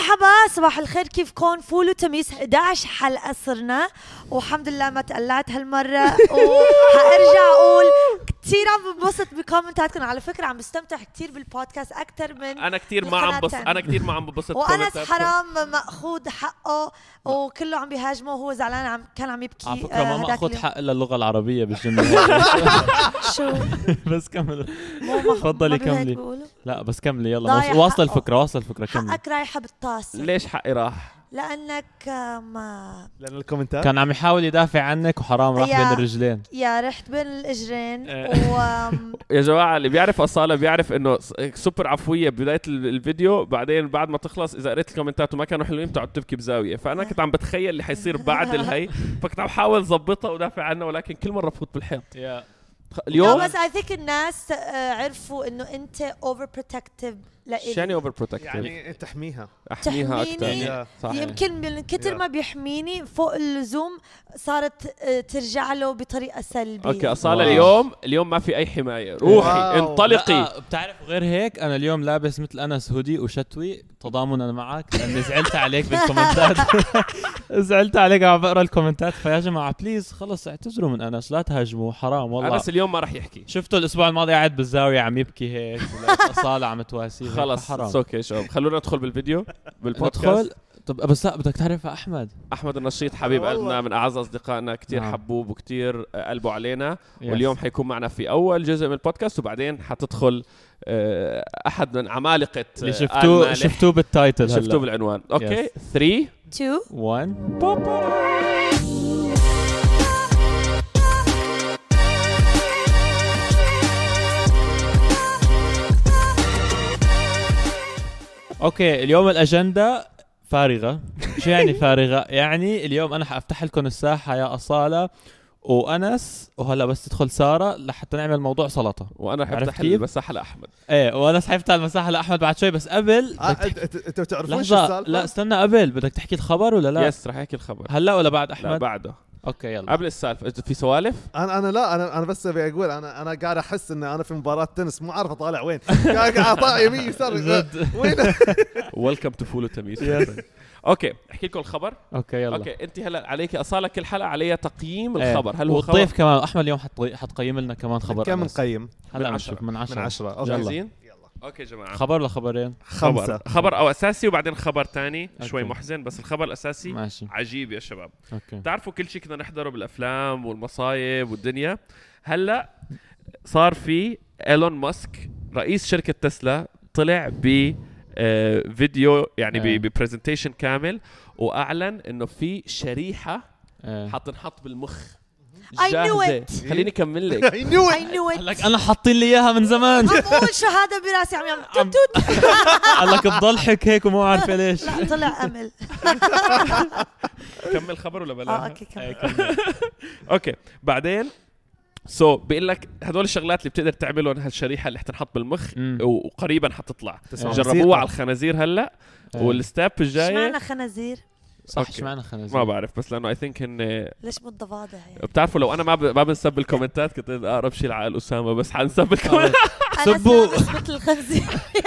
مرحبا، صباح الخير، كيفكم؟ فول وتميس 11 حلقة صرنا، والحمد لله ما تقلعت هالمرة. وحأرجع أقول كتير عم ببسط بكومنتاتكم. على فكرة عم بستمتع كتير بالبودكاست أكتر من أنا كتير ما عم ببسط وأنس حرام مأخوذ حقه وكله عم بيهاجمه وهو زعلان كان عم يبكي. على فكرة ما مأخوذ حق إلا اللغة العربية بالجملة. شو بس كمل، تفضلي كملي. لا بس كملي يلا، واصل الفكرة كملي. حقك رايحة بالطاسة. ليش حقي راح؟ لأن الكومنتات كان عم يحاول يدافع عنك وحرام راح بين الرجلين. يا رحت بين الإجرين. يا جماعة اللي بيعرف أصالة بيعرف إنه سوبر عفوية ببداية الفيديو، بعدين بعد ما تخلص إذا قريت الكومنتات وما كانوا حلوين بتقعد تبكي بزاوية. فأنا كنت عم بتخيل اللي حيصير بعد الهي، فكنت عم حاول ضبطها ودافع عنها، ولكن كل مرة بفوت بالحيط. اليوم بس I think الناس عرفوا إنه أنت overprotective. يعني overprotective، يعني تحميها أكتر. يمكن من كتر ما بيحميني فوق اللزوم صارت ترجع له بطريقة سلبية. أوكي أصالة اليوم ما في أي حماية، روحي انطلقي. بتعرف غير هيك أنا اليوم لابس مثل أنس هودي وشتوي تضامنا معك، لأني زعلت عليك بالكومنتات. زعلت عليك عم بقرأ الكومنتات. فيا جماعة بليز خلص اعتذروا من أنس، لا تهاجموا، حرام والله. أنس اليوم ما رح يحكي. شفتوا الأسبوع الماضي قاعد بالزاوية عم يبكي هيك، أصالة عم تواسيه. خلص اوكي شباب، خلونا ندخل بالفيديو بالبودكاست. طب بس لا بدك تعرف احمد النشيط حبيب قلبنا، من اعز اصدقائنا، كتير حبوب وكتير قلبه علينا. واليوم حيكون معنا في اول جزء من البودكاست، وبعدين حتدخل احد من عمالقة اللي شفتوه بالتايتل، شفتوه بالعنوان. اوكي 3 2 1 اوكي. اليوم الاجنده فارغه. شو يعني فارغه؟ يعني اليوم انا حافتح لكم الساحه يا اصاله وانس، وهلا بس تدخل ساره لحتى نعمل موضوع سلطه، وانا حفتح المساحه لاحمد. ايه وانا حيفتح المساحه لاحمد بعد شوي. بس قبل انتوا بتعرفون شو السالفه؟ لا استنى، قبل بدك تحكي الخبر ولا لا؟ يس رح احكي الخبر. هلا ولا بعد احمد؟ لا بعده. اوكي يلا قبل السالفه. في سوالف؟ انا بس ابي اقول انا قاعد احس ان انا في مباراه تنس، مو عارف اطالع وين. قاعد اطالع يمين يسار وين. ويلكم تو فول وتميس. اوكي احكي لكم الخبر. اوكي يلا. اوكي انت هلا عليك اصاله كل حلقه عليها تقييم الخبر. هل هو والضيف كمان احمد اليوم حتقيم لنا كمان خبر. كم نقيم؟ هلا نشوف من 10. جاهزين؟ اوكي جماعه، خبر ولا خبرين؟ خبر او اساسي وبعدين خبر تاني شوي محزن، بس الخبر الاساسي ماشي. عجيب يا شباب. أوكي. تعرفوا كل شيء كنا نحضره بالافلام والمصايب والدنيا، هلا صار في إيلون ماسك رئيس شركه تسلا طلع ب فيديو يعني ببرزنتيشن كامل، واعلن انه في شريحه حتنحط بالمخ جاهزة. خليني أكمل لك. I knew it. لك أنا حاطين لي إياها من زمان. أقول شو هذا براسي عم يعمل توت. قال لك تضلحك هيك ومو عارفة ليش. لا طلع أمل. كمل خبر ولا بلا؟ أوكي كمل. أوكي بعدين بيقول لك هدول الشغلات اللي بتقدر تعملهم هالشريحة اللي حتنحط بالمخ وقريبا حتطلع. جربوها على الخنازير هلا، والستاب الجاية. شمعنا خنازير؟ صح اشمعنى خنازير؟ ما بعرف، بس لانه اي ثينك ان ليش بالضفادع يعني. بتعرفوا لو انا ما بنسب الكومنتات كنت اقرب شيء لعقل اسامه، بس حنسب الكومنتات. سبوا مثل الخنزير.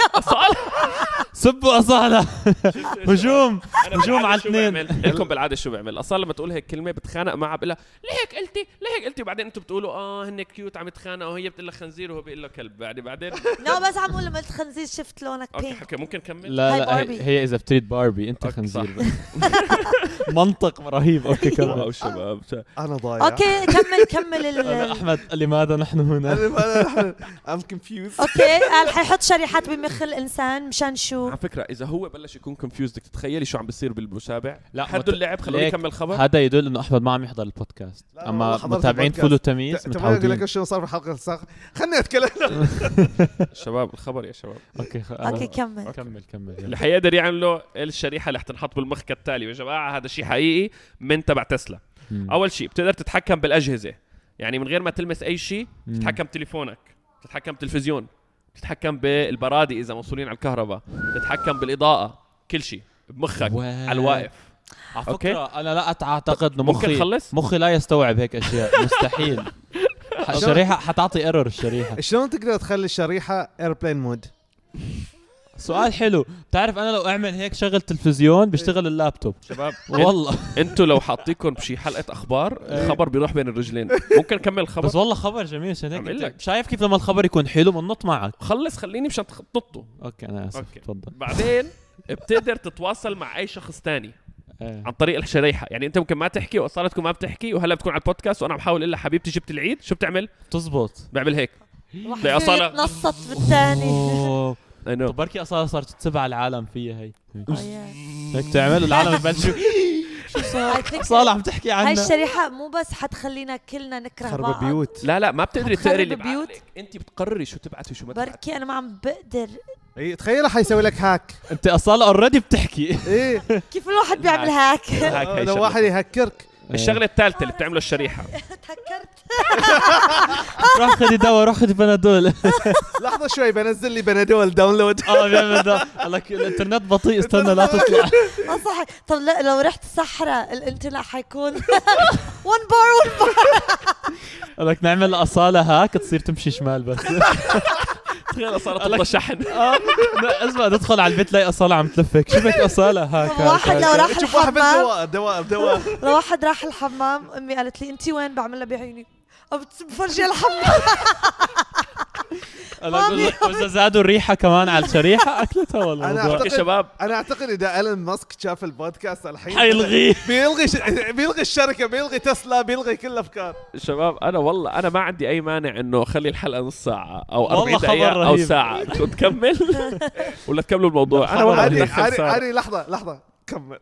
سبوا اصاله. هجوم على الاثنين. لكم بالعاده شو بعمل اصاله لما تقول هيك كلمه بتخانق معها، بقول لها ليه هيك قلتي وبعدين انتم بتقولوا هن كيوت عم يتخانقوا وهي بتقول لك خنزير وهو بيقول له كلب. يعني بعدين لا بس عم اقول لما قلت خنزير شفت لونك بينك. اوكي ممكن كمل. لا هي اذا بتريد باربي انت خنزير. منطق رهيب. اوكي كمل شباب. انا ضايع. اوكي كمل احمد لماذا نحن هنا؟ I'm confused. اوكي حيحط شريحات بمخ الانسان مشان شو؟ على فكره اذا هو بلش يكون confused تتخيلي شو عم بيصير بالمشابع. لا حدوا اللعب، خلوني اكمل خبر. هذا يدل انه احمد ما عم يحضر البودكاست، اما متابعين فول وتمييز متعودين. لك شو صار في حلقه الساق، خليني اتكلم. شباب الخبر يا شباب. اوكي كمل. اللي حيقدر يعملوا الشريحه اللي حتنحط بالمخ كالتالي. يا جماعه هذا شيء حقيقي من تبع تسلا. اول شيء بتقدر تتحكم بالاجهزه، يعني من غير ما تلمس اي شيء. تتحكم تليفونك، تتحكم تلفزيون، تتحكم بالبرادي اذا موصولين على الكهرباء، تتحكم بالاضاءه، كل شيء بمخك على الواقف. على فكره انا لا اعتقد انه مخي لا يستوعب هيك اشياء. مستحيل. الشريحه حتعطي ايرور. الشريحه شلون تقدر تخلي الشريحه ايربلين مود؟ سؤال حلو. بتعرف انا لو اعمل هيك شغل تلفزيون بيشتغل اللابتوب شباب والله. انتوا لو حاطيكم بشي حلقه اخبار الخبر بيروح بين الرجلين. ممكن نكمل الخبر؟ بس والله خبر جميل عشان أعمل هيك لك. شايف كيف لما الخبر يكون حلو بننط معك. خلص خليني مشان تنطوا. اوكي انا اسف أوكي. تفضل. بعدين بتقدر تتواصل مع اي شخص تاني عن طريق الشريحه. يعني انت ممكن ما تحكي واصالتكم ما بتحكي وهلا بتكون على البودكاست وانا بحاول الا حبيبتي جبت العيد شو بتعمل؟ تزبط. بعمل هيك واحد لا، أصالة. يتنصت بالثاني. أوه. I know. طب بركي اصلا صارت تتبع العالم فيها هي Oh, yeah. هيك تعمل العالم يبلشوا شو صار I think صالح عم تحكي هاي عنها. الشريحة مو بس حتخلينا كلنا نكره خرب بعض. بيوت. لا ما بتقدري هتخرب تقري اللي بيوت. بعقلك. انت بتقرري شو تبعتي شو ما تبعتي. بركي انا ما عم بقدر. اي تخيل حيسوي لك هاك. انت اصلا اوريدي بتحكي. ايه كيف الواحد بيعمل هاك؟ هاك هي لو شغلة. واحد يهكرك. الشغله الثالثه اللي بتعمله الشريحه تهكرت. روح خذي دواء روح خذي بنادول. لحظه شوي بنزل لي بنادول داونلود. بيعمل ده. قال لك الانترنت بطيء استنى لا تطلع. صح. طب لا لو رحت الصحراء الانترنت حيكون 1 بار. قال لك نعمل أصالة هاك تصير تمشي شمال بس. تخيل صارت تطلع شحن. لا اسمع تدخل على البيت تلاقي أصالة عم تلفك شو بك أصالة هاك. واحد لو راح شوف واحد الحمام دواء لو واحد راح الحمام امي قالت لي انت وين؟ بعملها بعيني بفرجي الحمام. وإذا زادوا الريحة كمان على الشريحة أكلتها والله. أنا موضوع. يا شباب انا اعتقد اذا ايلون ماسك شاف البودكاست الحين حيلغيه. بيلغي الشركه، بيلغي تسلا، بيلغي كل الافكار. شباب انا ما عندي اي مانع انه اخلي الحلقه نص ساعه او والله 40 خبر دقيقه او رهيب. ساعه. بدكم تكمل ولا تكملوا الموضوع؟ انا والله بدي ادخل ساعه. عادي لحظه كمل.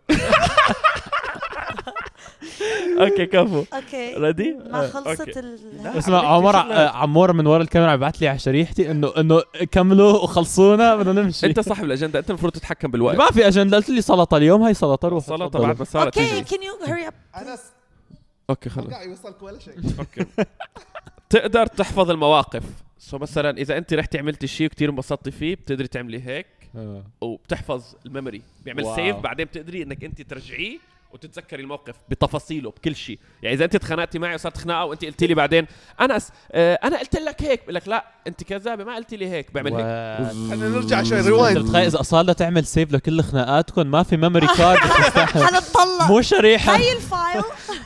اوكي كفو. اوكي ريدي ما خلصت أوكي. اسمع عمر عمور من ورا الكاميرا بعت لي على شريحتي انه كملوا وخلصونا بدنا نمشي. انت صاحب الاجنده، انت المفروض تتحكم بالوقت. ما في اجنده قلت لي سلطه اليوم هي سلطه روح السلطه بعد ما صارت اوكي تيجي. كان يو هurry up. انس اوكي خلص. ما يوصلك ولا شيء. اوكي تقدر تحفظ المواقف. مثلا اذا انت رحتي عملتي شيء كتير انبسطتي فيه بتقدري تعملي هيك وبتحفظ الميموري. بيعمل واو. سيف بعدين بتقدري انك انت ترجعيه وتتذكري الموقف بتفاصيله بكل شيء. يعني اذا انت تخانقتي معي وصارت خناقه وانت قلتي لي بعدين انس انا قلت لك هيك، بقول لك لا انت كذابه ما قلتي لي هيك، بعمل هيك. خلينا نرجع شوي ريوايند. تخيل اذا أصالة تعمل سيف لكل خناقاتكم ما في ميموري كارد تستحمل حنطلع مو شريحه. هاي الفايل.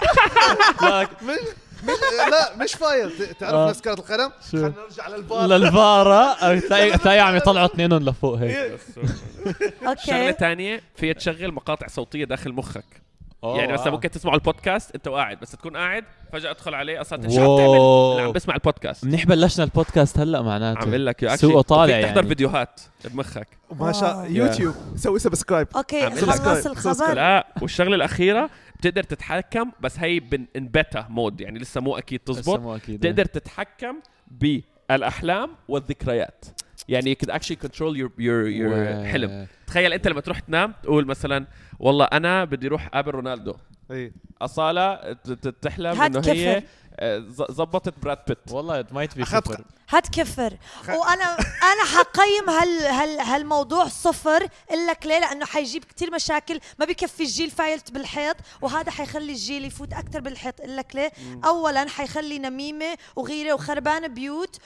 لا مش فايل. تعرف ناس كرة القدم؟ شو؟ خلينا نرجع للفار. للفاره تلاقي عم يطلعوا اثنينهم لفوق هيك. شغله اوكي ثانيه فيها تشغل مقاطع صوتيه داخل مخك. أوه، يعني مثلا واو. ممكن تسمعوا البودكاست انت وقاعد، بس تكون قاعد فجاه ادخل عليه اصلا شو واو. عم تعمل؟ لا عم بسمع البودكاست. منيح بلشنا البودكاست هلا معناته عم بقول لك يا سوقه طالع تحضر يعني. فيديوهات بمخك. ما شاء يوتيوب سوي سبسكرايب. اوكي عمل خلص سبسكرايب. الخبر. لا والشغله الاخيره بتقدر تتحكم، بس هي ان بيتا مود يعني لسه مو اكيد تزبط. مو أكيد. تقدر تتحكم بالاحلام والذكريات. يعني you could actually control your حلم. تخيل انت لما تروح تنام تقول مثلا والله انا بدي اروح اقابل رونالدو. اي أصالة تحلم هاد انه هي كفر. زبطت براد بيت. والله مايت بي أخذت كفر. هتكفر. وانا حقيم هالموضوع صفر الا لك ليه؟ لانه حيجيب كتير مشاكل. ما بكفي الجيل فايلت بالحيط وهذا حيخلي الجيل يفوت اكثر بالحيط. الا لك ليه؟ اولا حيخلي نميمه وغيره وخربان بيوت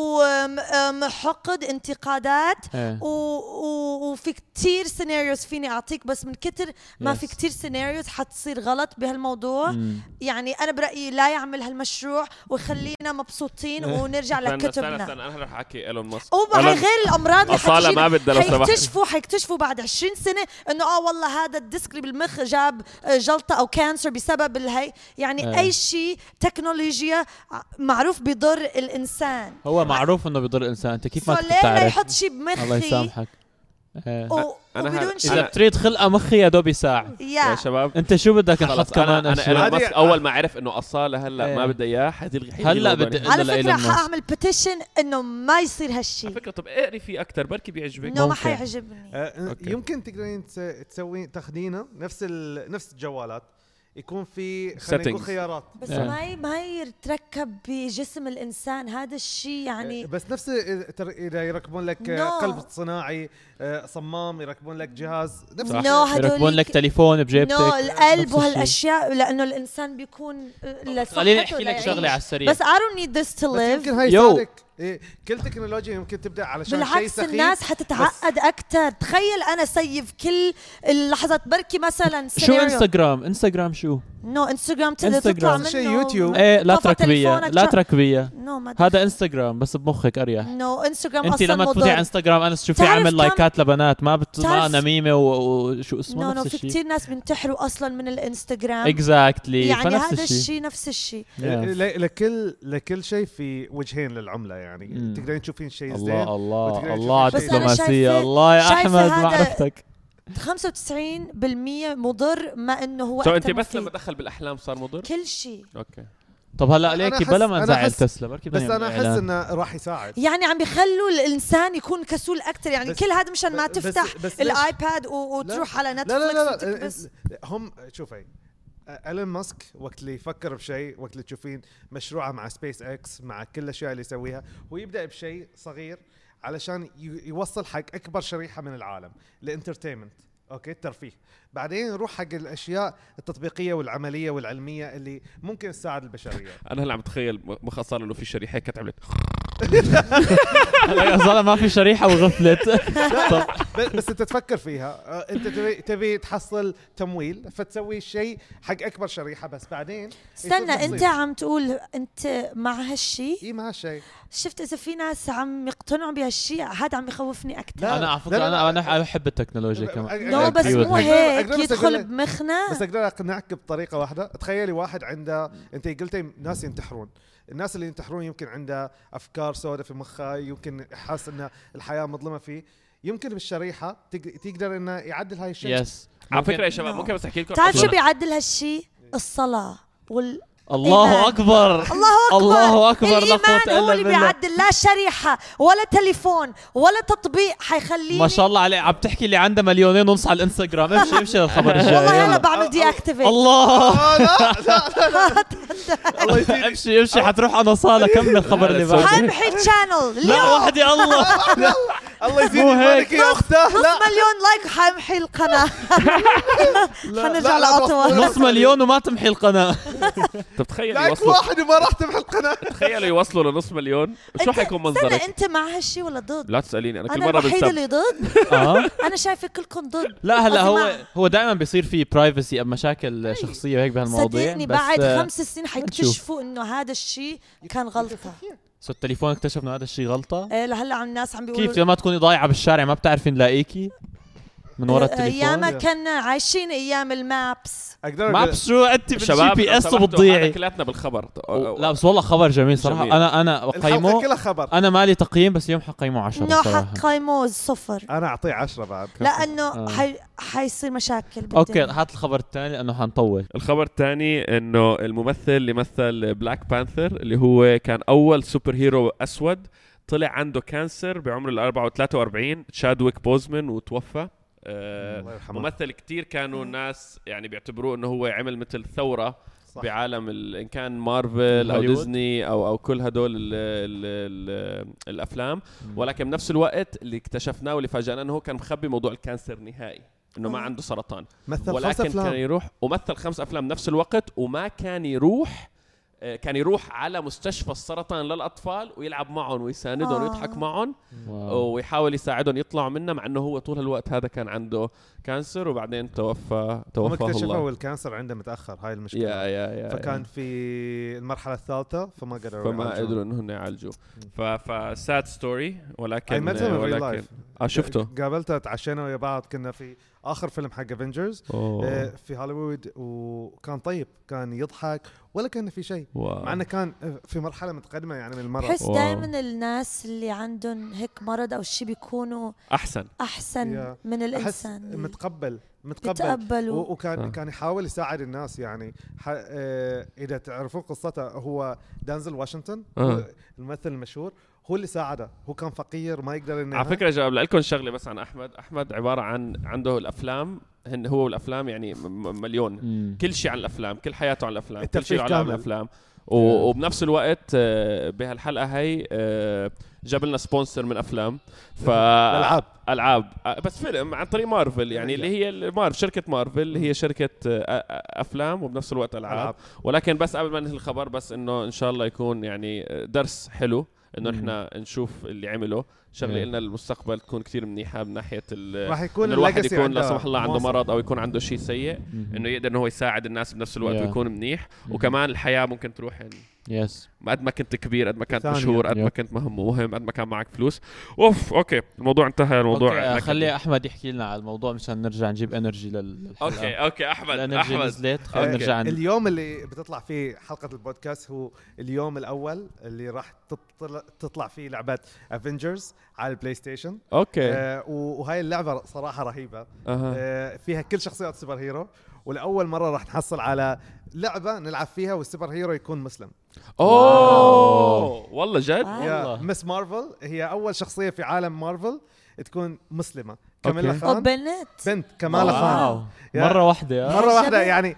وحقد انتقادات وفي كتير سيناريوز فيني اعطيك، بس من كتر ما في كتير سيناريوز حتصير غلط بهالموضوع. يعني انا برايي لا يعمل هالمشروع ويخلينا مبسوطين ونرجع لكتبنا. استنى انا رح احكي ايلون ماسك. وبعد غير الامراض اللي أصالة ما بدها لو سمحت. حيكتشفوا بعد 20 سنه انه والله هذا الديسك اللي بالمخ جاب جلطه او كانسر بسبب الهي. يعني اي شيء تكنولوجيا معروف بيضر الانسان. هو معروف انه بيضر الانسان. انت كيف ما فليه لا بتعرف؟ يحط شيء بمخي؟ الله يسامحك. وبدون اذا شيء. بتريد خلقه مخي يا دوب ساعه. يا شباب انت شو بدك خلص نحط كمان انا اشياء؟ ايلون ماسك اول ما عرف انه أصالة هلا ما بدها اياه حتلغي هلا بدي على إلا فكره لإيلون ماسك. حاعمل بيتيشن انه ما يصير على هالشيء. فكره طب اقري فيه اكثر بركي بيعجبك. انه ما ممكن. حيعجبني. يمكن تقدرين تسوين نفس الجوالات يكون في Settings. خلينا نقول خيارات. بس ما يتركب بجسم الانسان هذا الشيء يعني. بس نفس اذا يركبون لك قلب صناعي صمام، يركبون لك جهاز نفس نو يركبون لك تليفون بجيبتك. نو القلب نفس الشيء. وهالاشياء لانه الانسان بيكون خليني احكي لك شغله على السريع. بس I don't need this to بس live. يمكن هاي يو. يساعدك إيه كل تكنولوجيا يمكن تبدا علشان شيء بالعكس سخيف. الناس حتتعقد اكثر. تخيل انا سيف كل اللحظات بركي مثلا شو انستغرام شو نو انستغرام إنستغرام. تطلع منه شيء يوتيوب. ايه لا طفى تركبيه تليفونك لا شو- تركبيه نو ما هذا انستغرام بس بمخك اريح. نو انستغرام انت اصلا لما تفوتي على مضر. انستغرام انا تشوفي تعرف عامل كم- لايكات لبنات ما تعرف- نميمه وشو اسمه نو نفس في الشيء كثير ناس بينتحروا اصلا من الانستغرام. اكزاكتلي يعني فنفس هذا الشيء الشيء نفس الشيء. لكل شيء في وجهين للعمله يعني. مم. تقدرين تشوفين شيء زين الله الله وتقدرين الله على تشوفين شيء زين. الدبلوماسيه بس أنا الله يا شايفة احمد هذا- معرفتك 95% مضر ما انه هو سو أكتر انت بس مفيد. لما دخل بالاحلام صار مضر. كل شيء. اوكي طب هلا أنا ليكي أحس- بلا ما أنا نزعل أحس- تسلا بركي بس بدنا انا نعمل احس إعلان. انه راح يساعد. يعني عم بيخلوا الانسان يكون كسول اكثر يعني بس- كل هذا مشان ما بس- تفتح بس ليش؟ الايباد وتروح على لا لا نتفلكس لا, وتكبس. هم شوفي ايلون ماسك وقت اللي يفكر بشيء، وقت اللي تشوفين مشروعه مع سبيس اكس مع كل الاشياء اللي يسويها، هو يبدا بشيء صغير علشان يوصل حق اكبر شريحه من العالم، الانترتينمنت، اوكي، الترفيه. بعدين يروح حق الاشياء التطبيقيه والعمليه والعلميه اللي ممكن تساعد البشريه. انا هلا عم تخيل مخ صار له في شريحه كانت عملت هلا يا زلمه ما في شريحه وغفلت. طب بس انت تفكر فيها، انت تبي تحصل تمويل فتسوي شيء حق اكبر شريحه، بس بعدين استنى يصير انت بسيط. عم تقول انت مع هالشيء؟ ايه ما هالشيء. شفت اذا في ناس عم يقتنعوا بهالشيء هذا عم يخوفني اكثر. لا، انا على فكره لا، لا، انا بحب التكنولوجيا كمان. نو بس agree with مو her. هيك أقدر بس يدخل أقول- بمخنا. بس اقدر اقنعك بطريقه واحده. تخيلي واحد عنده، انت قلتي ناس ينتحرون، الناس اللي ينتحرون يمكن عنده افكار سوداء في مخه، يمكن حاس ان الحياه مظلمه فيه، يمكن بالشريحه تقدر انه يعدل هاي الشيء. يس على فكره يا شباب No. ممكن بس احكي لكم تعرف شو أصلاً- بيعدل هالشيء؟ الصلاة الله إيمان. اكبر الله أكبر. الله أكبر، لا الإيمان قوة هو إلا اللي بالله. بيعدل، لا شريحة ولا تليفون ولا تطبيق حيخليني. ما شاء الله عليه. عم تحكي اللي عنده 2.5 مليون على الانستغرام. امشي للخبر الجاي. والله هلا يلا. بعمل دي اكتيفيت. الله الله يزيدك. امشي حتروح على صاله. كمل الخبر اللي بعده. حمحي الشانل لا اليوم. وحدي الله. الله يزيدك مو هيك. مالك يا اخته. نص مليون لايك حمحي القناة. حنرجع لا، لأطول. لا، نص مليون وما تمحي القناه. طب تخيل لايك يوصلوا واحد وما راح تمحي القناه. تخيلوا يوصلوا لنص مليون شو حيكون استنى منظرك؟ انت مع هالشيء ولا ضد؟ لا تساليني انا كل انا مره الوحيدة بنسب اللي ضد. انا شايفة كلكم ضد. لا هلا قصدي هو دائما بيصير في برايفسي او مشاكل شخصيه وهيك بهالمواضيع. صدقني بس بعد 5 سنين حيكتشفوا انه هذا الشيء كان غلطة. سو التليفون اكتشف انه هذا الشيء غلطه. ايه لهلا عم الناس عم بيقولوا كيف لما تكوني ضايعه بالشارع ما بتعرفي نلاقيكي من ورا التليفون؟ ايام كنا عايشين ايام المابس. اقدر ما أقول شو انت بالجي شباب بي لو اس سمحتوا، وبتضيعي. هذا كلاتنا بالخبر. لا بس والله خبر جميل صراحه. جميل. انا الحلقه بقيمه. كلها خبر. انا مالي تقييم بس اليوم حقيمه 10 انه صراحه. حقيموه 0 انا اعطيه 10 بعد. لانه حيصير مشاكل اوكي بالدنيا. هات الخبر الثاني لانه حنطول. الخبر الثاني انه الممثل اللي مثل بلاك بانثر اللي هو كان اول سوبر هيرو اسود طلع عنده كانسر بعمر 43 تشادويك بوزمان وتوفى. الله يرحمه. ممثل كتير كانوا الناس يعني بيعتبروه انه هو عمل مثل ثورة صح. بعالم ان كان مارفل او هوليوود. ديزني او كل هدول الافلام. ولكن بنفس الوقت اللي اكتشفناه واللي فاجأنا انه هو كان مخبي موضوع الكانسر نهائي، انه ما عنده سرطان. مثل 5 ولكن أفلام. كان يروح ومثل 5 افلام بنفس الوقت، وما كان يروح على مستشفى السرطان للاطفال ويلعب معهم ويساندهم ويضحك معهم ويحاول يساعدهم يطلعوا منه، مع انه هو طول الوقت هذا كان عنده كانسر وبعدين توفاه هم اكتشفوا الله. الكانسر عنده متاخر، هاي المشكله. يا فكان في المرحله الثالثه فما قدروا فما يعالجوه. قدروا انهم يعالجوه. فساد ستوري. ولكن I met him in real life. شفته. قابلته تعشينا ويا بعض، كنا في اخر فيلم حق افنجرز في هوليوود، وكان طيب، كان يضحك ولا كان في شيء، مع انه كان في مرحله متقدمه يعني من المرض. بحس دائما الناس اللي عندهم هيك مرض او شيء بيكونوا احسن من أحس الانسان. متقبل يتقبلوا. وكان يحاول يساعد الناس يعني. اذا تعرفون قصته، هو دانزل واشنطن الممثل المشهور، هو اللي ساعده. هو كان فقير ما يقدر انه على فكره جاب لكم شغله بس عن احمد عباره عن عنده الافلام، هو والافلام يعني مليون. كل شيء عن الافلام، كل حياته عن الافلام، كل شيء عن الافلام. وبنفس الوقت بهالحلقه هي جاب لنا سبونسر من افلام العاب بس فيلم عن طريق مارفل، يعني اللي هي شركه مارفل اللي هي شركه افلام وبنفس الوقت العاب. ولكن بس قبل ما ننهي الخبر، بس انه ان شاء الله يكون يعني درس حلو انه احنا نشوف اللي عمله شغله لنا المستقبل تكون كتير منيحه من ناحيه راح يكون الواحد legacy يكون لا عنده سمح الله عنده مواصل. مرض او يكون عنده شيء سيء انه يقدر انه هو يساعد الناس بنفس الوقت ويكون منيح. وكمان الحياه ممكن تروح يعني يس قد ما كنت كبير قد ما كنت ثانية. مشهور قد ما كنت مهم قد ما كان معك فلوس. اوكي الموضوع انتهى. الموضوع خلي احمد يحكي لنا على الموضوع مشان نرجع نجيب انرجي للحلقه. اوكي احمد الانرجي نزلت. خلينا نرجع اليوم اللي بتطلع فيه حلقة البودكاست هو اليوم الأول اللي راح تطلع فيه لعبة افنجرز على البلاي ستيشن. اوكي وهاي اللعبة صراحة رهيبة. فيها كل شخصيات سوبر هيرو، ولأول مرة راح نحصل على لعبة نلعب فيها والسوبر هيرو يكون مسلم. والله جد. يا مس مارفل هي أول شخصية في عالم مارفل تكون مسلمة. كاميلا خان بنت كامالا خان مرة واحدة مرة واحدة يعني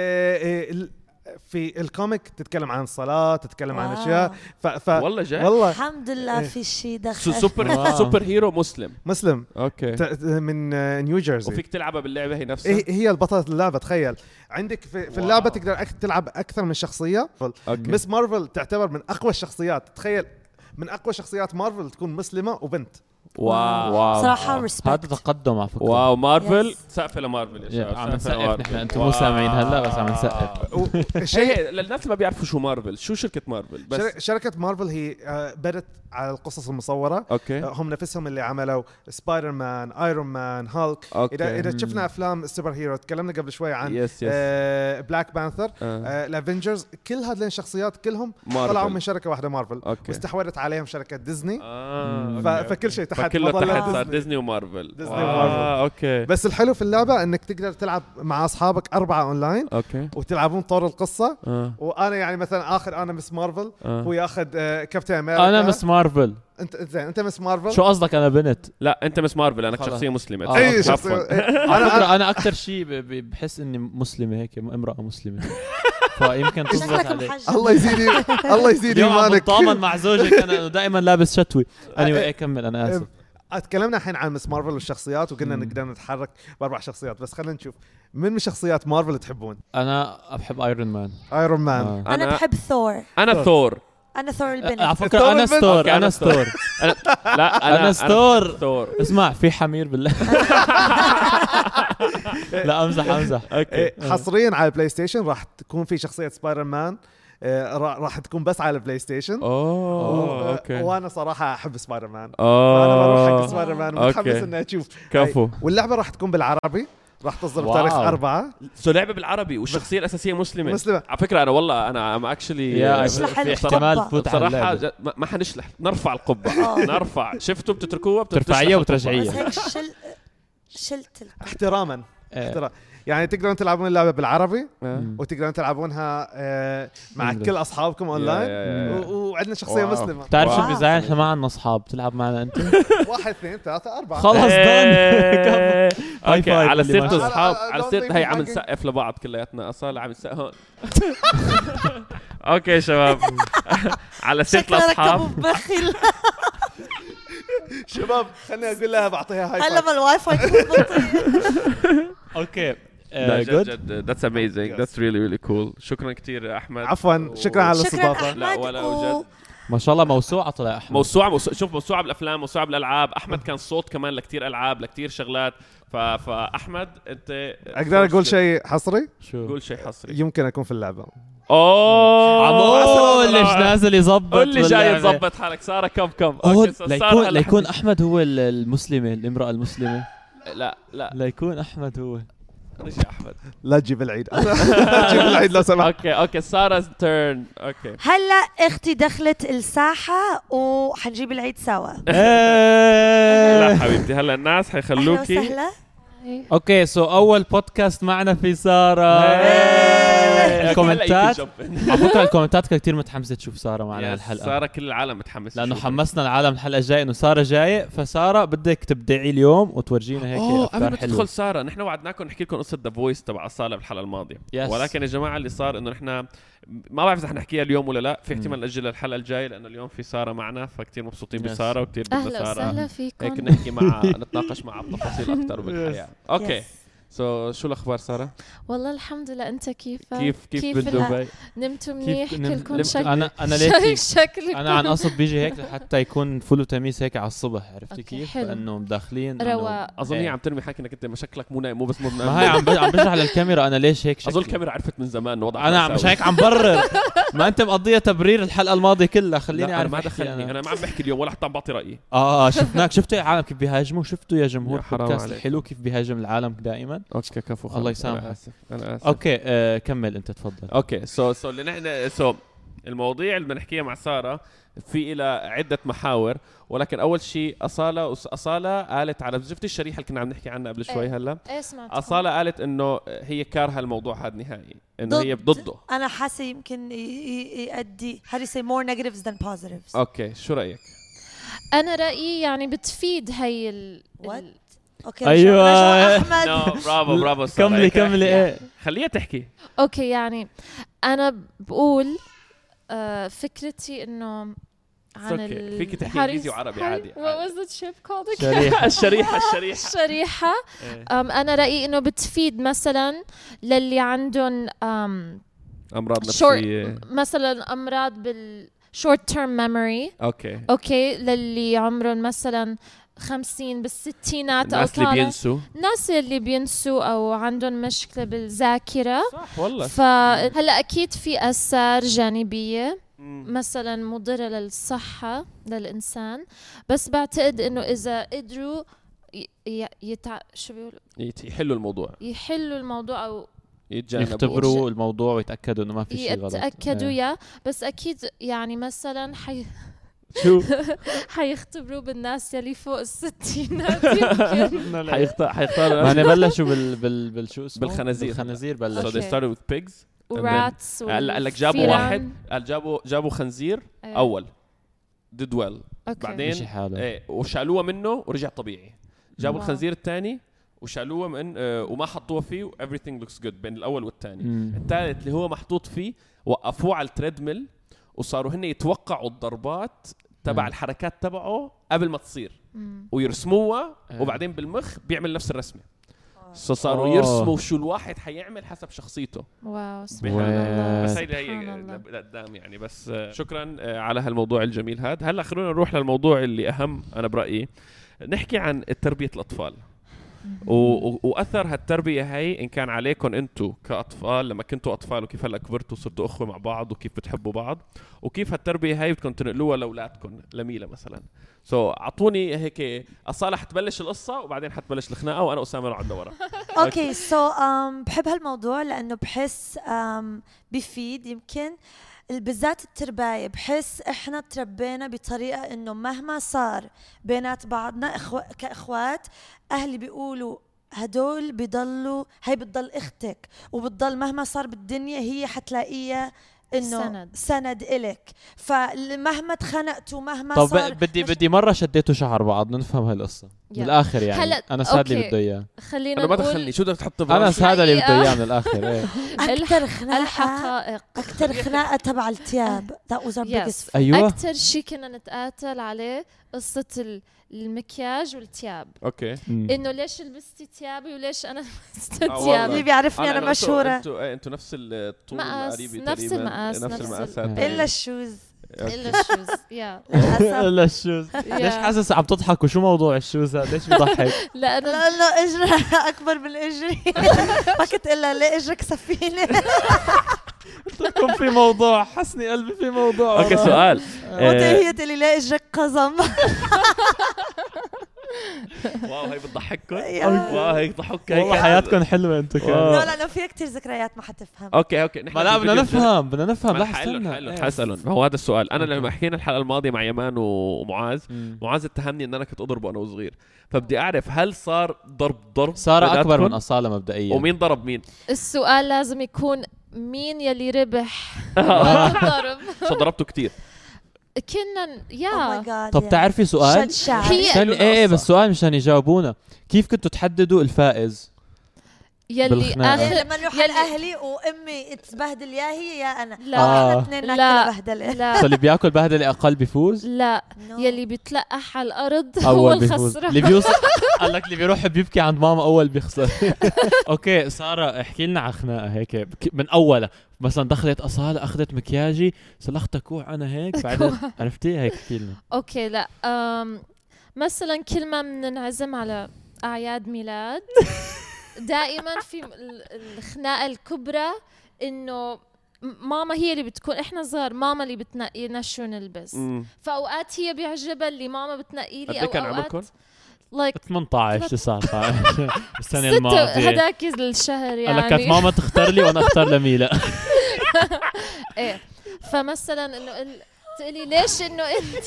في الكوميك تتكلم عن الصلاة، تتكلم عن أشياء والله جد والله الحمد لله في شيء دخل سوبر هيرو مسلم اوكي من نيو جيرسي. وفيك تلعبها باللعبة هي نفسها. هي البطلة اللعبة. تخيل عندك في اللعبة تقدر تلعب أكثر من شخصية. مس مارفل تعتبر من أقوى الشخصيات. تخيل من أقوى شخصيات مارفل تكون مسلمة وبنت. واو صراحة ريسبكت. هذا تقدم على فكرة. واو مارفل سقف لمارفل يا شباب. عم نسقف نحن انتم مو سامعين هلا بس عم نسقف. شيء للناس اللي ما بيعرفوا شو مارفل، شو شركة مارفل بس. شركة مارفل هي بدت على القصص المصورة. اوكي هم نفسهم اللي عملوا سبايدر مان، ايرون مان، هالك. اذا شفنا افلام السوبر هيرو تكلمنا قبل شوي عن بلاك بانثر، الافنجرز، كل هذين الشخصيات كلهم طلعوا من شركة واحدة مارفل. واستحوذت عليهم شركة ديزني. فكل شيء تحت مظلة ديزني ومارفل. اوكي بس الحلو في اللعبة انك تقدر تلعب مع اصحابك 4 اونلاين. وتلعبون طور القصة. وانا يعني مثلا انا مس مارفل، هو ياخذ كابتن امريكا. انا مس مارفل. انت مس مارفل. شو قصدك؟ انا بنت. لا انت مس مارفل. انا شخصيه مسلمه. اي شخصيه. انا اكثر شيء بحس اني مسلمه هيك امراه مسلمه. فيمكن تزبط عليك. الله يزيد ايمانك. طامن مع زوجك انا دائما لابس شتوي. anyway كمل. انا اسف. تكلمنا الحين عن مس مارفل والشخصيات وقلنا نقدر نتحرك ب4 شخصيات. بس خلينا نشوف من شخصيات مارفل تحبون. انا بحب ايرون مان. انا بحب ثور. انا ثور البنت. على فكرة أنا ستور. لا أنا ستور. اسمع في حمير بالله. لا أمزح. حصريا على البلاي ستيشن راح تكون في شخصية سبايدر مان. راح تكون بس على البلاي ستيشن. اوكي. وانا صراحه احب سبايدر مان. انا بروح حق سبايدر مان ومتحمس اني اشوف. كفو. واللعبه راح تكون بالعربي. راح تصدر بتاريخ 4. لعبه بالعربي والشخصيه الاساسيه مسلمه. على فكره انا اكشلي في احتمال تفوت صراحه ما حنشلح. نرفع القبعه. نرفع. شفتوا بتتركوها ترفعيه وترجعيه. شلت احتراما. يعني تقدرون تلعبون اللعبة بالعربي وتقدرون تلعبونها مع كل أصحابكم أونلاين. وعندنا شخصية مسلمة. تعرف شو بيزعل؟ إحنا ما عندنا أصحاب. تلعب معنا أنت. 1 2 3 4 خلص دان. اوكي على سيرة أصحاب. على سيرة هي عم نسقف لبعض كلياتنا. أصلا عم نسقف هون. اوكي شباب. على سيرة الأصحاب شباب خليني أقول لها بعطيها هاي هلا ما الواي فاي اوكي جد that's amazing. that's really cool. شكرا كتير يا أحمد. عفوا شكرا على الاستضافة. لا ولا وجد. ما شاء الله موسوعة طلع أحمد. شوف موسوعة بالأفلام، موسوعة بالألعاب. أحمد كان صوت كمان لكتير ألعاب لكتير شغلات. فأحمد أنت أقدر أقول شيء حصري؟ شو؟ قول شيء حصري. يمكن أكون في اللعبة. عمول ليش نازل يظبط؟ قول لي جاي تظبط حالك. سارة كم ليكون أحمد هو المسلمة، الامرأة المسلمة. لا ليكون أحمد هو. يا أحمد لا تجيب العيد. لا تجيب العيد لو سمحت. اوكي سارة تيرن. اوكي هلا اختي دخلت الساحة وحنجيب العيد سوا. لا حبيبتي هلا الناس حيخلوكي. أهلا وسهلا. اوكي اول بودكاست معنا في سارة. الكومنتات على فكرة الكومنتات كثير متحمسة تشوف سارة معنا الحلقة. سارة كل العالم متحمس لأنه حمسنا العالم الحلقة الجاية إنه سارة جاية. فسارة بدك تبدعي اليوم وتورجينا هيك أفكار حلوة. قبل ما تدخل حلوة. سارة نحن وعدناكم نحكي لكم قصة ذا فويس تبع أصالة بالحلقة الماضية. ولكن يا جماعة اللي صار إنه نحن ما بعرف إذا حنحكيها اليوم ولا لا. في احتمال نأجلها الحلقة الجاية لأنه اليوم في سارة معنا. فكتير مبسوطين بسارة وكتير بدنا سارة أهلا وسهلا فيكم. هيك نحكي نتناقش معها بتفاصيل أكتر بالحياة. أوكي شو الاخبار ساره؟ والله الحمد لله. انت كيف بدبي؟ نمتوا منيح كلكم؟ انا ليش شكلكم انا عن قصد بيجي هيك حتى يكون فول وتميس هيك على الصبح، عرفتي أوكي، كيف؟ حلو. لانه مداخلين رواق. اظن هي عم ترمي حكي انك انت مشاكلك مو نايم، مو بس مو ما هي عم بشرح للكاميرا انا ليش هيك شكلي. اظن الكاميرا عرفت من زمان انه وضعك انا مش هيك عم برر. ما انت مقضيه تبرير الحلقه الماضيه كلها، خليني اعرف. ما دخلني، انا ما عم بحكي اليوم ولا حتى عم بعطي رايي. شفناك، شفتوا العالم كيف بيهاجموا، شفتوا يا جمهور يا حرام بودكاست عليك. الحلو كيف بيهاجم العالم دائما. اوكي كفو، الله يسامحك. انا اسف. اوكي كمل انت تفضل. اوكي اللي نحن المواضيع اللي بدنا نحكيها مع ساره في إلى عدة محاور، ولكن أول شيء أصالة قالت على شفتي الشريحة اللي كنا عم نحكي عنها قبل شوي هلا. أصالة قالت إنه هي كارهة الموضوع هذا نهائي، إنه هي ضده. أنا حاسة يمكن يؤدي how do you say more negatives than positives. أوكي شو رأيك؟ أنا رأيي يعني بتفيد هي اوكي ايوه احمد. برافو كملي ايه خليها تحكي. اوكي يعني انا بقول فكرتي انه عن فيك تحكي انجليزي وعربي عادي. What was the ship called? الشريحة. انا رأيي انه بتفيد مثلا للي عندهم امراض نفسية، مثلا امراض short term memory. اوكي للي عمرهم مثلا 50 بالستينات، الناس اللي بينسوا، الناس اللي بينسوا او عندهم مشكلة بالذاكرة. صح والله. فهلا اكيد في اثار جانبية مثلا مضرة للصحة للإنسان، بس بعتقد إنه إذا قدروا شو بيقولوا يحلوا الموضوع أو يختبروا الموضوع ويتأكدوا إنه ما في شيء غلط. يتأكدوا بس أكيد يعني مثلا شو حيختبروا بالناس يلي فوق الستينات يمكن حيختار. ما نبلشوا بالشو اسمه بالخنازير بلشوا. So they started with pigs. وراتس. قال لك جابوا واحد، قال جابوا خنزير اول did well، بعدين وشالوه منه ورجع طبيعي. جابوا الخنزير الثاني وشالوه من وما حطوه فيه everything looks good بين الاول والثاني. الثالث اللي هو محطوط فيه وقفوه على التريدميل وصاروا هن يتوقعوا الضربات تبع الحركات تبعه قبل ما تصير ويرسموها وبعدين بالمخ بيعمل نفس الرسمه. صاروا يرسموا شو الواحد حيعمل حسب شخصيته. واو بس هي لقدام يعني. بس شكرا على هالموضوع الجميل هذا. هلا خلونا نروح للموضوع اللي اهم انا برأيي، نحكي عن تربية الأطفال واثر هالتربيه هي ان كان عليكم انتم كاطفال لما كنتوا اطفال، وكيف هلا كبرتوا وصرتوا اخوه مع بعض، وكيف بتحبوا بعض، وكيف هالتربيه هي بدكم تنقلوها لاولادكم. لميلة مثلا اعطوني هيك. أصالة حتبلش القصه وبعدين حتبلش الخناقه وانا اسامه نقعد لورا. اوكي بحب هالموضوع لانه بحس بفيد يمكن بالذات الترباية. بحس احنا تربينا بطريقة انه مهما صار بينات بعضنا كاخوات، اهلي بيقولوا هدول بيضلوا، هي بتضل اختك وبتضل مهما صار بالدنيا هي حتلاقيها انه سند إلك. فمهما تخنقتوا مهما صار. طب بدي مرة شديتوا شعر بعض نفهم هالقصة من الاخر يعني. انا ساد اللي بده اياه. خلينا ما تخلني شو بدك تحط انا ساد اللي بده اياه من الاخر. اكثر خناقه الحقائق، اكثر خناقه تبع الثياب. that was our biggest. ايوه اكثر شيء كنا نتقاتل عليه قصة المكياج والثياب. اوكي انه ليش لبستي ثيابي وليش انا لبست ثيابي. اللي بيعرفني انا مشهوره. انتوا نفس الطول القريبي نفس المقاس نفس المقاسات الا الشوز. الا الشوز. ليش حاسس عم تضحك وشو موضوع الشوز هذا؟ ليش بيضحك؟ لانه اجرها اكبر من اجري. ما كنت الا ليه اجرك سفينه. قلت في موضوع، حسني قلبي في موضوع. اوكي سؤال. هي تقول لي ليه اجرك قزم. واو هي بتضحككم. واو هيك ضحك. والله حياتكم حلوه انتم كمان. لا في كتير ذكريات ما حتفهم. اوكي ما لا بدنا نفهم لا استنى حسألهم. هو هذا السؤال. انا لما حكينا الحلقه الماضيه مع يمان ومعاذ، معاذ اتهمني ان انا كنت اضربه انا وصغير، فبدي اعرف هل صار ضرب صار اكبر من أصالة مبدئيا، ومين ضرب مين؟ السؤال لازم يكون مين يلي ربح الضرب. شو ضربته كتير كنا طب تعرفي سؤال هي بس سؤال مشان يجاوبونا. كيف كنتوا تحددوا الفائز؟ يلي بالخناقة. اخر لما نروح يلي- على اهلي وامي تبهدل يا هي يا انا لا. احنا اثنين لا. ناكل بهدله لا فاللي بياكل بهدله اقل بيفوز. لا No. يلي بيتلقح على الارض هو اول بيفوز. الخسران. اللي بيوصل قال لك اللي بيروح بيبكي عند ماما اول بيخسر. اوكي ساره احكي لنا على خناقه هيك من اولها، مثلا دخلت اصاله اخذت مكياجي سلخت كوع انا هيك بعدين عرفتي هيك احكي لنا. اوكي لا مثلا كل ما بننعزم على اعياد ميلاد دائما في الخناقه الكبرى انه ماما هي اللي بتكون، احنا صغار ماما اللي بتنقينا شو نلبس، فاوقات هي بيعجبها اللي ماما بتنقي لي، قد كان عمركم؟ لايك 18 19 السنه الماضيه هداك الشهر قال لك كانت يعني. ماما تختار لي وانا اختار لميلا. ايه فمثلا انه تقولي ليش انه انت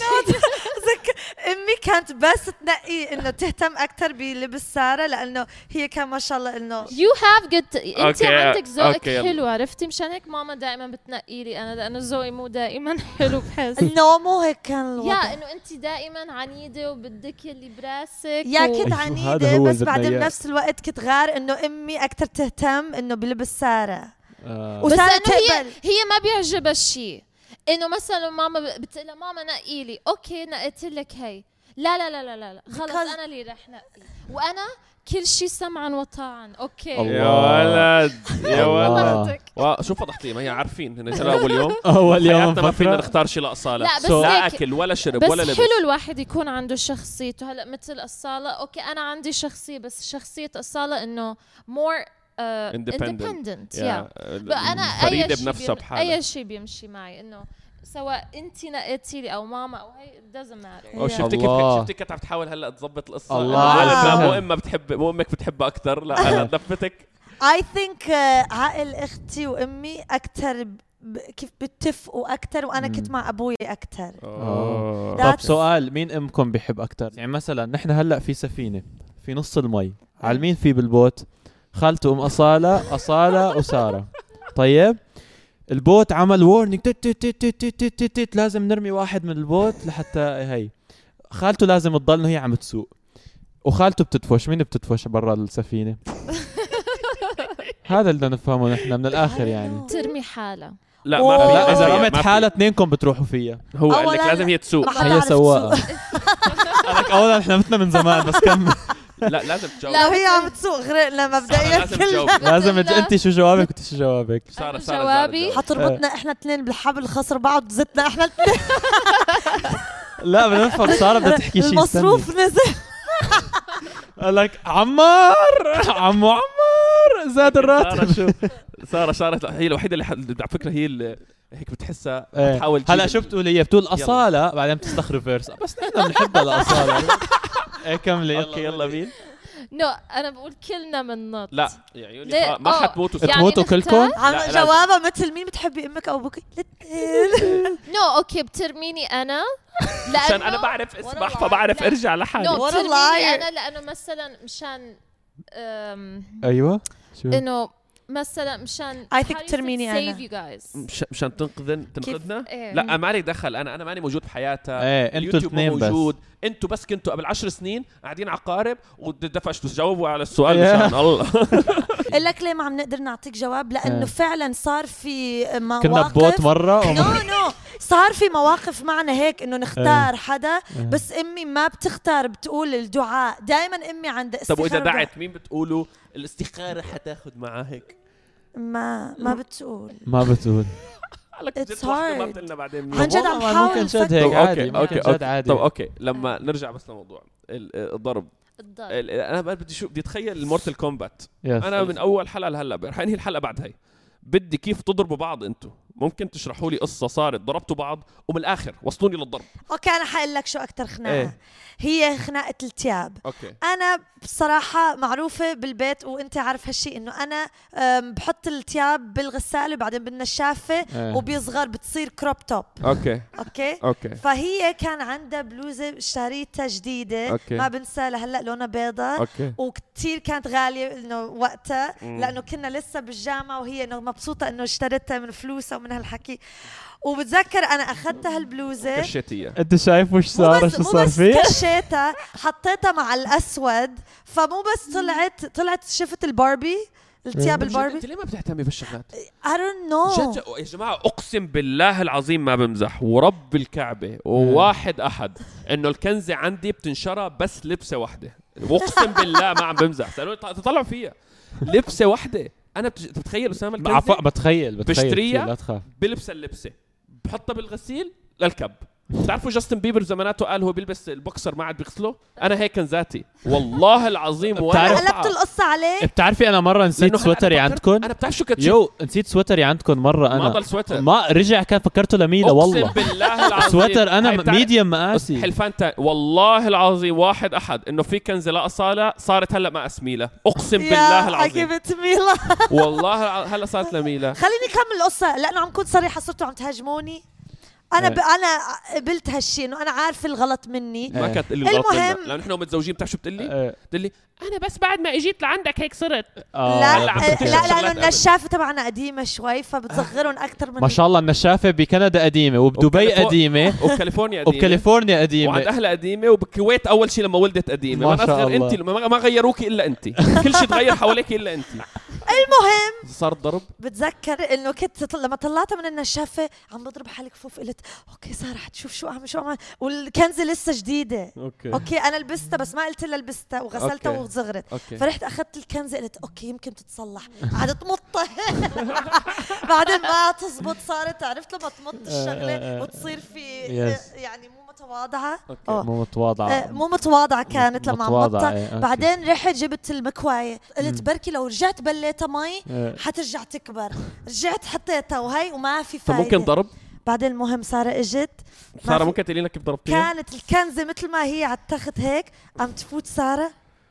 امي كانت بس تنقي انه تهتم اكثر بلبس ساره لانه هي كان ما شاء الله انه يو هاف جود، انت أوكي، عندك ذوقك أوكي، يلا. حلو، عرفتي؟ مشان هيك ماما دائما بتنقي لي انا لانه ذوقي مو دائما حلو بحس. انه مو هيك كان الوضع. يا انه انت دائما عنيده وبدك يلي براسك يا كنت أيوه، هذا عنيده هو بس اللي بعدين بدنا بنفس الوقت كنت غار انه امي اكثر تهتم انه بلبس ساره بس وساره انه تقبل. هي ما بيعجبها الشيء، انه مثلا ماما بتقول لها ماما نقي لي، اوكي نقيت لك هي، لا لا لا لا لا خلص Because- انا اللي رح نقي، وانا كل شيء سمعا وطاعا. اوكي الله. يا ولد يا الله. ولد شو فضحتي؟ ما هي عارفين هن ترى اول يوم اول يوم حياتنا ما فينا فكره نختار شيء لاصاله، لا، بس لا هيك- اكل ولا شرب بس ولا لبس. حلو الواحد يكون عنده شخصيته. هلا مثل أصالة، اوكي انا عندي شخصيه، بس شخصيه أصالة انه more independent. يا فانا فريده اي شيء بنفسها بحالها. اي شيء بيمشي معي، انه سواء انت نقيتي لي او ماما او هي it doesn't matter. او شفتي الله. كيف كنت عم تحاول هلا تظبط القصه الله إنه على لا، الفهم. مو امك بتحب، مو امك بتحبها اكثر، لا انا دفتك. I think عائل اختي وامي اكثر كيف بتفقوا اكثر وانا كنت مع ابوي اكثر. طب سؤال، مين امكم بيحب اكثر؟ يعني مثلا نحن هلا في سفينه في نص المي، على مين في بالبوت؟ خالته ام اصاله وساره. طيب البوت عمل وورنينج لازم نرمي واحد من البوت لحتى هي خالته لازم تضل انه هي عم تسوق، وخالته بتدفش. مين بتدفش برا السفينه؟ هذا اللي بدنا نفهمه نحن من الاخر يعني. ترمي حالها. لا أوه. ما في، لا اذا ما في. رمت حالها اثنينكم بتروحوا فيها. هو قال لك أولاً لازم هي تسوق. ما حدا هي عرف سواقه. تسوق. قالك اولا احنا متنا من زمان بس كمل. لا لازم تجاوب. لو هي عم تسوق غرقنا مبدئيا لازم كلنا. تجاوب. لازم انت شو جوابك وانت شو جوابك؟ ساره جوابي؟ حتربطنا احنا اثنين بالحبل، خسر بعض زتنا احنا الاثنين. لا بدنا نفهم ساره بدها تحكي شيء. المصروف نزل. قال لك عمار عمو عمار زاد الراتب. ساره هي الوحيده اللي على فكره هي اللي هيك بتحسها إيه. بتحاول هلا شو بتقول هي؟ بتقول اصاله بعدين بتستخرف فيرس، بس نحن بنحبها لاصاله. ايه كملي. اوكي يلا مين؟ نو انا بقول كلنا بننط. لا يا عيوني ليه؟ ما حتموتوا يعني تموتوا نختار؟ كلكم؟ لا، جوابها مثل مين بتحبي امك او ابوك؟ الاثنين. نو اوكي بترميني انا عشان انا بعرف اسبح فبعرف لا. ارجع لحالي. نو What a بترميني liar. انا لانه مثلا مشان ايوه شو؟ انه مثلا مشان I think ترميني أنا. save you guys. مشان تنقذنا. إيه. لا ما لي دخل، انا ماني موجود بحياتها. ايه انتوا اليوتيوب مو الاثنين بس. موجود، انتوا بس كنتوا قبل 10 سنين قاعدين على قارب ودفشتوا تجاوبوا على السؤال Yeah. مشان الله. قل لك ليه ما عم نقدر نعطيك جواب؟ لانه إيه. فعلا صار في كنا مواقف. ببوت مره نو صار في مواقف معنا هيك انه نختار حدا، إيه. بس امي ما بتختار، بتقول الدعاء دائما. امي عندها طب واذا استخارة دعت مين بتقولوا الاستخاره حتاخذ معاه هيك؟ ما بتقول. ما بتقول. قالك It's جد واحدة ما hard. بتقلنا بعدين عن مين. جد عم والله حاول ممكن جد أفكر. هيك طب عادي، ممكن جد اوكي عادي. طب اوكي لما نرجع بس لموضوع الضرب. الضرب. انا بدي اتخيل المورتال كومبات. يس. انا من اول حلقه لهلا رح انهي الحلقه بعد هي. بدي كيف تضربوا بعض انتم، ممكن تشرحوا لي قصه صارت ضربتوا بعض ومن الاخر وصلوني للضرب. اوكي انا حقول لك شو اكثر خناقه. إيه. هي خناقه التياب. اوكي انا بصراحه معروفه بالبيت وانت عارف هالشيء انه انا بحط التياب بالغساله وبعدين بالنشافه إيه. وبيصغر بتصير كروب توب. اوكي اوكي اوكي فهي كان عندها بلوزه اشتريتها جديده. أوكي. ما بنسى لهلا لونها بيضة. اوكي وكتير كانت غالية انه وقتها مم. لانه كنا لسه بالجامعة وهي انه مبسوطة انه اشتريتها من فلوسها ومن هالحكي. وبتذكر انا اخذتها هالبلوزة كشيتيه. انت شايف وش صار؟ شو صار فيه؟ كشيتها حطيتها مع الاسود، فمو بس طلعت شفت الباربي الثياب الباربي. انت ليه ما بتهتمي بالشغلات؟ I don't know. يا جماعه اقسم بالله العظيم ما بمزح ورب الكعبه وواحد احد انه الكنزه عندي بتنشرى بس لبسه واحده. اقسم بالله ما عم بمزح. سالوني تطلعوا فيها لبسه واحده. انا بتخيل اسامه الكنزه بتخيل بشتريها لا تخاف بلبس اللبسه بحطها بالغسيل للكب. بتعرفوا جاستن بيبر زماناته قال هو بيلبس البوكسر ما عاد بيغسله. انا هيك كنزاتي والله العظيم. بتعرف قلبت القصه عليه. بتعرفي انا مره نسيت سويتري عندكم. انا بتعرف شو كنت نسيت سويتري عندكم مره. انا ما ضل سويتر ما رجع كان فكرته لميلا والله. اقسم بالله العظيم سويتر انا ميديوم مقاسي. حلفان والله العظيم واحد احد انه في كنزه لا اصاله صارت هلا مقاس ميلا. اقسم بالله العظيم عجبت ميلا. والله هلا صارت لميلا. خليني اكمل القصه لانه عم كنت صريحه صرتوا عم تهاجموني. انا انا قبلت هالشيء انه انا عارفه الغلط مني. ما كانت تقول لي الغلط المهم لانه نحن متزوجين. بتعرف شو بتقول لي انا بس بعد ما اجيت لعندك هيك صرت. لا عم بتكتشف لا شغلات لانه النشافه تبعنا قديمه شوي فبتصغرهم اكثر من ما شاء الله النشافه بكندا قديمه وبدبي قديمه وبكاليفورنيا قديمه وبكاليفورنيا قديمه وعند اهلها قديمه وبالكويت اول شيء لما ولدت قديمه. ما شاء الله. انت ما غيروكي الا انت. كل شيء تغير حواليك الا انت. المهم صار ضرب. بتذكر انه كنت لما طلعتها من النشافه عم بضرب حالي كفوف قلت اوكي ساره حتشوف شو اعمل والكنزه لسه جديده. اوكي انا لبستها بس ما قلت لها لبستها وغسلتها وصغرت. فرحت اخذت الكنزه قلت اوكي يمكن تتصلح. قعدت تمطها بعدين ما تزبط. صارت عرفت لما تمط الشغله وتصير في يعني مو متواضعه. مو متواضعه كانت لما عمطتها. بعدين رحت جبت المكوايه قلت بركي لو رجعت بليتها مي حترجع تكبر. رجعت حطيتها وهي وما في فايده. فممكن ضرب. بعدين المهم ساره اجت. ساره ممكن تقولي لنا كيف ضربتيها؟ كانت الكنزه مثل ما هي على التخت هيك عم تفوت ساره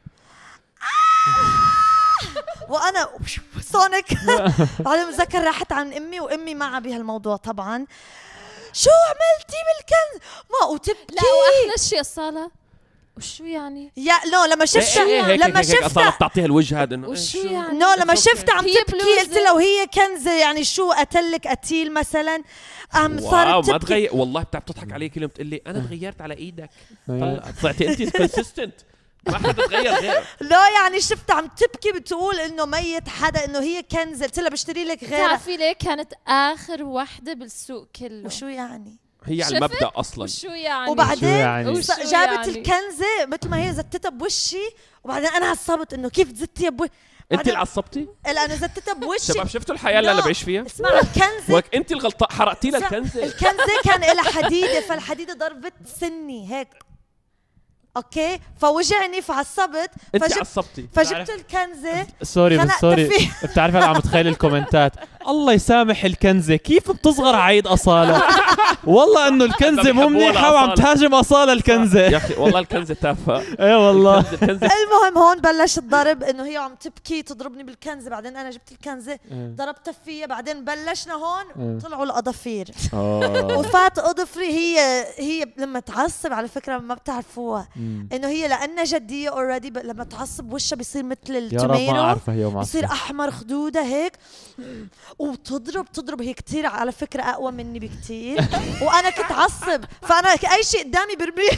وانا سونيك. بعدين بتذكر راحت عن امي وامي معها بهالموضوع طبعا. شو عملتي بالكنز؟ ما وتبكي. لا واحلى شيء الصاله وشو يعني؟ يا لو لما شفتها لما شفتها بتعطيها الوجه هذا انه وشو يعني؟ لما شفتها عم تبكي قلت لو هي كنزه يعني شو قتلك قتيل مثلا. صارت ما تغير والله. بتعرف تضحك علي كل يوم تقول لي انا تغيرت على ايدك. طلعتي انت كونسيستنت ما حدا تغير غير. لا يعني شفتها عم تبكي بتقول انه ميت حدا انه هي كنزه. قلت لها بشتري لك غيرها. بتعرفي ليه كانت اخر وحده بالسوق كله. وشو يعني؟ هي على المبدا اصلا. وشو يعني؟ وبعدين يعني؟ جابت يعني؟ الكنزه مثل ما هي زتتها بوشي وبعدين انا عصبت انه كيف زتيها بوشي. انت اللي عصبتي؟ لا انا زتتها بوشي. شباب شفتوا الحياه اللي انا بعيش فيها؟ اسمع الكنزه انت الغلطان حرقتي لها الكنزه. الكنزه كان لها حديده فالحديده ضربت سني هيك. اوكي فوجعني فعصبت. انت عصبتي فجبت الكنزه. سوري بتعرف انا عم اتخيل الكومنتات. الله يسامح الكنزه كيف بتصغر عيد اصاله. والله انه الكنزه مو منيحه وعم تهاجم اصاله الكنزه. يا اخي والله الكنزه تافهه. ايه والله. المهم هون بلش الضرب انه هي عم تبكي تضربني بالكنزه. بعدين انا جبت الكنزه ضربتها فيها. بعدين بلشنا هون طلعوا الاظافير. وفات اظفري. هي لما تعصب على فكره ما بتعرفوها انه هي لانها جديه اوريدي لما تعصب وشها بيصير مثل التوميتو بيصير احمر خدوده هيك وتضرب. هي كتير على فكره اقوى مني بكتير وانا كنت عصب فانا اي شيء قدامي برميه.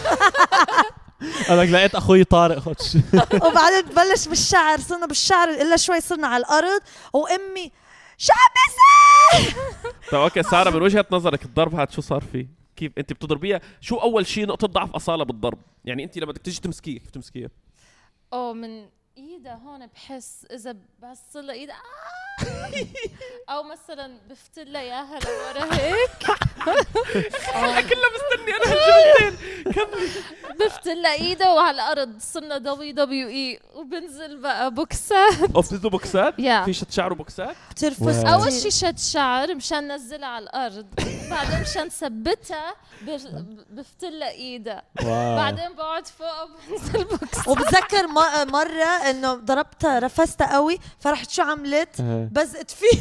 انا لقيت اخوي طارق خدش. وبعدين بلش بالشعر. صرنا بالشعر الا شوي صرنا على الارض وامي شو عم بصير. طيب اوكي ساره من وجهه نظرك الضرب هذا شو صار فيه؟ كيف انت بتضربيها؟ شو اول شيء نقطه ضعف اصاله بالضرب؟ يعني انت لما بدك تيجي تمسكيه كيف تمسكيها؟ من ايدها هون بحس اذا بوصل لها ايدها او مثلا بفتل لها اياها لورا هيك. كلها مستني انا هالجملتين. كملي. بفتل لها ايدها وعلى الارض صرنا WWE وبنزل بقى بوكسات. بتنزلوا بوكسات؟ في شد شعر وبوكسات؟ بترفس. اول شيء شد شعر مشان ننزلها على الارض. بعدين مشان ثبتها بفتل لها ايدها. بعدين بقعد فوق وبنزل بوكسات. وبتذكر مره انه ضربتها رفستها قوي فرحت شو عملت؟ بزقت فيه.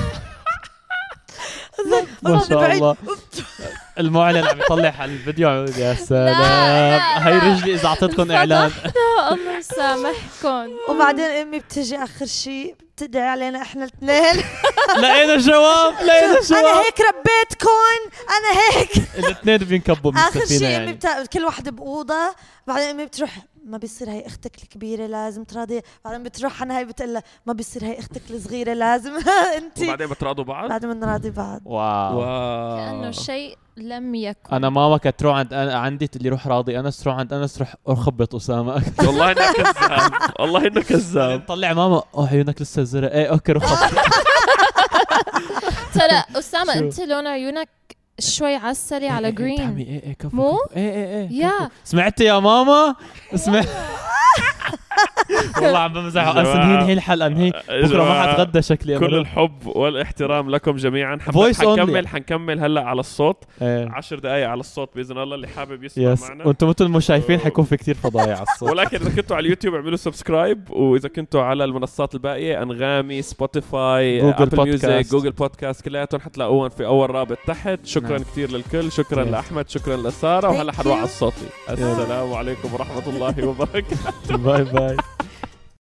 ما شاء الله. المعلن عم يطلع على الفيديو. يا سلام هاي رجلي اذا اعطيتكم اعلان. الله يسامحكم. وبعدين امي بتجي اخر شيء بتدعي علينا احنا الاثنين. لقينا جواب. انا هيك ربيتكم. انا هيك الاثنين بينكبوا من اخر السفينه شيء يعني. امي كل واحده باوضه. بعدين امي بتروح ما بيصير هي اختك الكبيره لازم تراضي، بعدين بتروح عنها هي بتقول ما بيصير هي اختك الصغيره لازم انت وبعدين بتراضوا بعض. بعد ما نراضي بعض. واو. كأنه شيء لم يكن. انا ماما كانت تروح عند عندي اللي يروح راضي انس، تروح عند انس تروح ارخبط اسامه. والله انه كذاب، والله انه كذاب. طلع ماما عيونك لسه زرق، ايه اوكي روح خبط. ترى اسامه انت لون عيونك شوي عسلي على جرين. ايه كفو مو؟ ايه يا سمعتي يا ماما؟ اسمع. والله عم بمزح اصلا. هي الحلقه انهي بكره ما حتغدى شكلي. كل الحب والاحترام لكم جميعا. حنكمل هلا على الصوت 10 دقائق على الصوت باذن الله. اللي حابب يسمع معنا وانتم مثل ما شايفين حيكون في كتير فضايح على الصوت. ولكن اذا كنتوا على اليوتيوب اعملوا سبسكرايب، واذا كنتوا على المنصات الباقيه انغامي، سبوتيفاي، جوجل ميوزك، جوجل بودكاست، كلياتهم حتلاقوهم في اول رابط تحت. شكرا كثير للكل. شكرا لأحمد، شكرا لسارة. وهلا حنروح على الصوتي. السلام عليكم ورحمة الله وبركاته. باي باي.